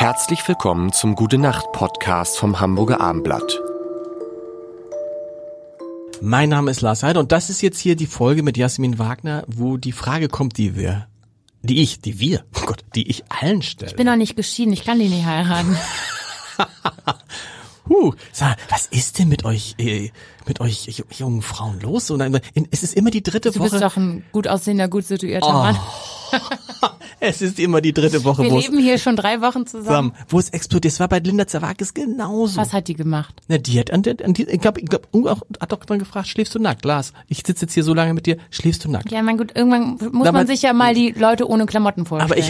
Herzlich willkommen zum Gute-Nacht-Podcast vom Hamburger Abendblatt. Mein Name ist Lars Heider und das ist jetzt hier die Folge mit Jasmin Wagner, wo die Frage kommt, die ich allen stelle. Ich bin noch nicht geschieden, ich kann die nicht heiraten. Sag, was ist denn mit euch jungen Frauen los? Und dann, es ist immer die dritte Woche. Du bist doch ein gut aussehender, gut situierter Mann. Es ist immer die dritte Woche. Wir leben hier schon 3 Wochen zusammen. Wo es explodiert. Es war bei Linda Zerwakis genauso. Was hat die gemacht? Na, die hat ich glaube, hat doch dann gefragt, schläfst du nackt, Lars? Ich sitze jetzt hier so lange mit dir, schläfst du nackt? Ja, mein Gott, irgendwann muss man sich ja mal die Leute ohne Klamotten vorstellen. Aber ich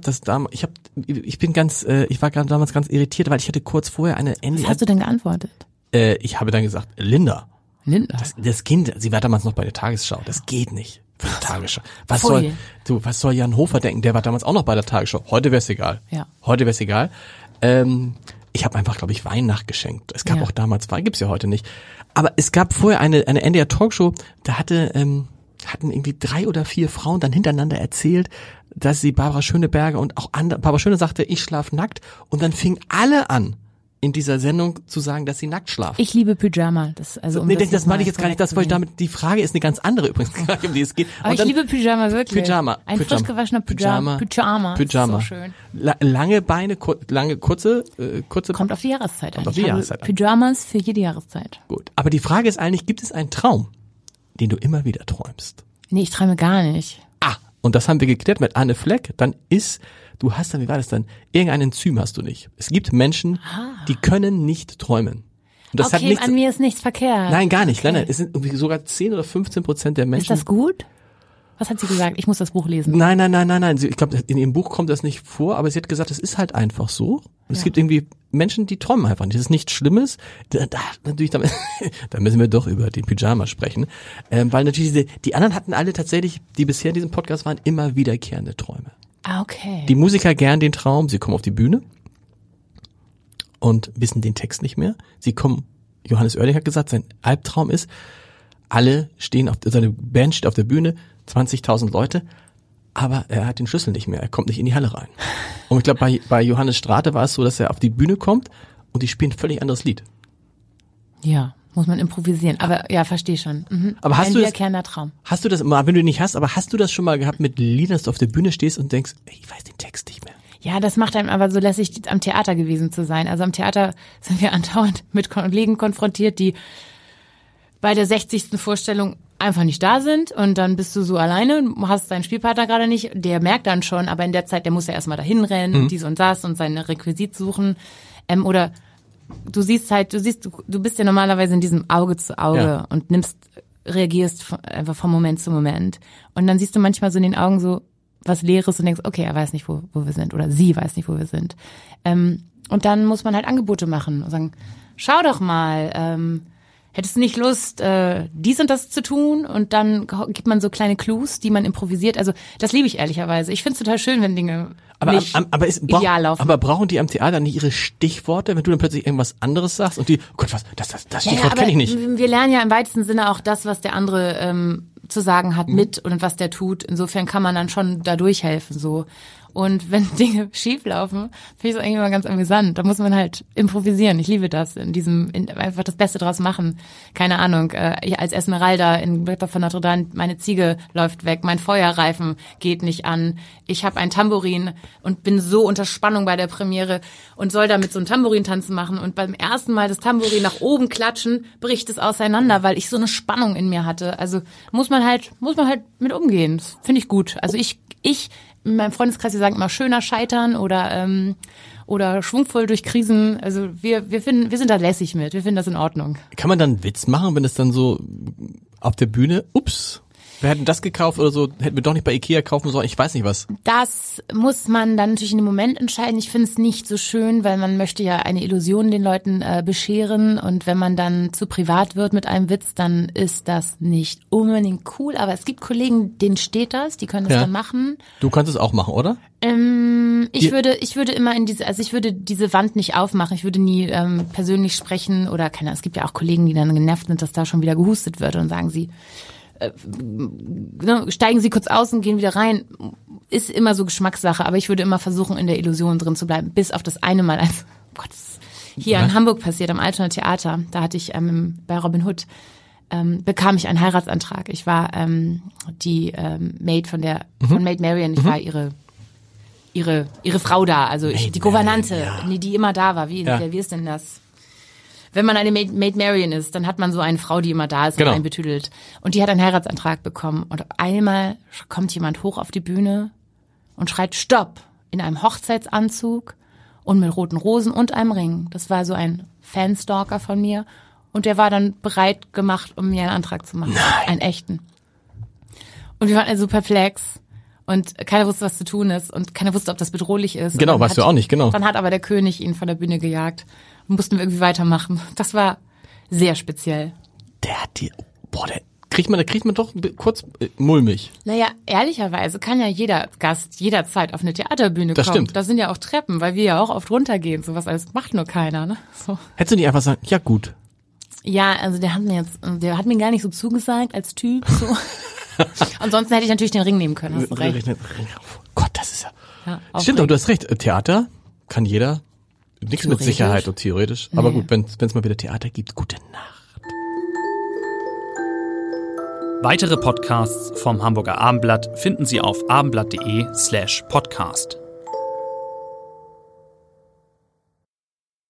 war damals ganz irritiert, weil ich hatte kurz vorher eine ähnliche. Was hast du denn geantwortet? Ich habe dann gesagt, Linda. Das Kind, sie war damals noch bei der Tagesschau, das geht nicht. Für die Tagesschau. Was soll Jan Hofer denken? Der war damals auch noch bei der Tagesschau. Heute wär's egal. Ja. Heute wär's egal. Ich habe einfach, glaube ich, Wein nachgeschenkt. Es gab auch damals Wein, gibt's ja heute nicht. Aber es gab vorher eine NDR Talkshow, da hatten irgendwie 3 oder 4 Frauen dann hintereinander erzählt, dass sie Barbara Schöneberger und auch andere, Barbara Schöne sagte, ich schlaf nackt. Und dann fingen alle an, in dieser Sendung zu sagen, dass sie nackt schlafen. Ich liebe Pyjama. Das meine ich jetzt gar nicht. Das wollte ich damit. Die Frage ist eine ganz andere übrigens, um die es geht. Aber ich liebe Pyjama wirklich. Ein frisch gewaschener Pyjama. Pyjama. So schön. Lange Beine, kurze. Kommt auf die Jahreszeit an. Pyjamas für jede Jahreszeit. Gut. Aber die Frage ist eigentlich, gibt es einen Traum, den du immer wieder träumst? Nee, ich träume gar nicht. Und das haben wir geklärt mit Anne Fleck. Du hast dann, wie war das dann? Irgendein Enzym hast du nicht. Es gibt Menschen, die können nicht träumen. Und das hat nichts, an mir ist nichts verkehrt. Nein, gar nicht. Okay. Nein, es sind irgendwie sogar 10 oder 15% der Menschen. Ist das gut? Was hat sie gesagt? Ich muss das Buch lesen. Nein. Ich glaube, in ihrem Buch kommt das nicht vor, aber sie hat gesagt, es ist halt einfach so. Und es gibt irgendwie Menschen, die träumen einfach nicht. Das ist nichts Schlimmes. Natürlich, da müssen wir doch über den Pyjama sprechen. Weil natürlich die anderen hatten alle tatsächlich, die bisher in diesem Podcast waren, immer wiederkehrende Träume. Okay. Die Musiker gern den Traum, sie kommen auf die Bühne und wissen den Text nicht mehr. Johannes Oerding hat gesagt, sein Albtraum ist, seine Band steht auf der Bühne, 20.000 Leute, aber er hat den Schlüssel nicht mehr, er kommt nicht in die Halle rein. Und ich glaube, bei Johannes Strate war es so, dass er auf die Bühne kommt und die spielen ein völlig anderes Lied. Ja, muss man improvisieren. Aber ja, verstehe schon. Mhm. Aber ein wiederkehrender Traum. Hast du das mal, wenn du nicht hast, aber hast du das schon mal gehabt mit Liedern, dass du auf der Bühne stehst und denkst, ich weiß den Text nicht mehr? Ja, das macht einem aber so lässig, am Theater gewesen zu sein. Also am Theater sind wir andauernd mit Kollegen konfrontiert, die bei der 60. Vorstellung einfach nicht da sind und dann bist du so alleine, hast deinen Spielpartner gerade nicht, der merkt dann schon, aber in der Zeit, der muss ja erstmal dahin rennen und dies und das und seine Requisit suchen. Oder du bist ja normalerweise in diesem Auge zu Auge und reagierst einfach von Moment zu Moment. Und dann siehst du manchmal so in den Augen so was Leeres und denkst, okay, er weiß nicht, wo wir sind oder sie weiß nicht, wo wir sind. Und dann muss man halt Angebote machen und sagen, schau doch mal, hättest du nicht Lust, dies und das zu tun? Und dann gibt man so kleine Clues, die man improvisiert. Also das liebe ich ehrlicherweise. Ich finde es total schön, wenn Dinge ideal laufen. Aber brauchen die am Theater nicht ihre Stichworte, wenn du dann plötzlich irgendwas anderes sagst und die, oh Gott, das Stichwort kenne ich nicht. Wir lernen ja im weitesten Sinne auch das, was der andere zu sagen hat mit und was der tut. Insofern kann man dann schon da durchhelfen so. Und wenn Dinge schief laufen, finde ich es eigentlich immer ganz amüsant. Da muss man halt improvisieren. Ich liebe das, einfach das Beste draus machen. Keine Ahnung, ich als Esmeralda in Wetter von Notre Dame, meine Ziege läuft weg, mein Feuerreifen geht nicht an. Ich habe ein Tambourin und bin so unter Spannung bei der Premiere und soll damit so einen Tambourin-Tanzen machen. Und beim ersten Mal das Tambourin nach oben klatschen, bricht es auseinander, weil ich so eine Spannung in mir hatte. Also muss man halt mit umgehen. Das finde ich gut. Also ich in meinem Freundeskreis, wir sagen immer schöner scheitern oder schwungvoll durch Krisen. Also wir sind da lässig mit. Wir finden das in Ordnung. Kann man dann einen Witz machen, wenn es dann so auf der Bühne, ups, wir hätten das gekauft oder so, hätten wir doch nicht bei Ikea kaufen sollen, ich weiß nicht was. Das muss man dann natürlich in dem Moment entscheiden. Ich finde es nicht so schön, weil man möchte ja eine Illusion den Leuten bescheren und wenn man dann zu privat wird mit einem Witz, dann ist das nicht unbedingt cool. Aber es gibt Kollegen, denen steht das, die können das dann machen. Du kannst es auch machen, oder? Ich würde immer ich würde diese Wand nicht aufmachen. Ich würde nie persönlich sprechen oder es gibt ja auch Kollegen, die dann genervt sind, dass da schon wieder gehustet wird und sagen sie, steigen sie kurz aus und gehen wieder rein. Ist immer so Geschmackssache, aber ich würde immer versuchen, in der Illusion drin zu bleiben. Bis auf das eine Mal, hier in Hamburg passiert, am Altonaer Theater, da hatte ich bei Robin Hood, bekam ich einen Heiratsantrag. Ich war die Maid von Maid Marian, ich war ihre Frau da, also die Gouvernante, die immer da war. Wie ist denn das? Wenn man eine Maid Marian ist, dann hat man so eine Frau, die immer da ist und einen betüdelt. Und die hat einen Heiratsantrag bekommen. Und auf einmal kommt jemand hoch auf die Bühne und schreit Stopp in einem Hochzeitsanzug und mit roten Rosen und einem Ring. Das war so ein Fanstalker von mir. Und der war dann bereit gemacht, um mir einen Antrag zu machen. Nein. Einen echten. Und wir waren also perplex. Und keiner wusste, was zu tun ist. Und keiner wusste, ob das bedrohlich ist. Genau, weißt du auch nicht, genau. Dann hat aber der König ihn von der Bühne gejagt. Und mussten wir irgendwie weitermachen. Das war sehr speziell. Kriegt man doch kurz mulmig. Naja, ehrlicherweise kann ja jeder Gast jederzeit auf eine Theaterbühne kommen. Das stimmt. Da sind ja auch Treppen, weil wir ja auch oft runtergehen. Sowas alles macht nur keiner, ne? So. Hättest du nicht einfach sagen, ja gut. Ja, also der hat mir gar nicht so zugesagt als Typ, so. Ansonsten hätte ich natürlich den Ring nehmen können, hast du recht. Gott, das ist ja stimmt, aber du hast recht. Theater kann jeder, nichts mit Sicherheit und theoretisch. Aber gut, wenn es mal wieder Theater gibt, gute Nacht. Weitere Podcasts vom Hamburger Abendblatt finden Sie auf abendblatt.de/podcast.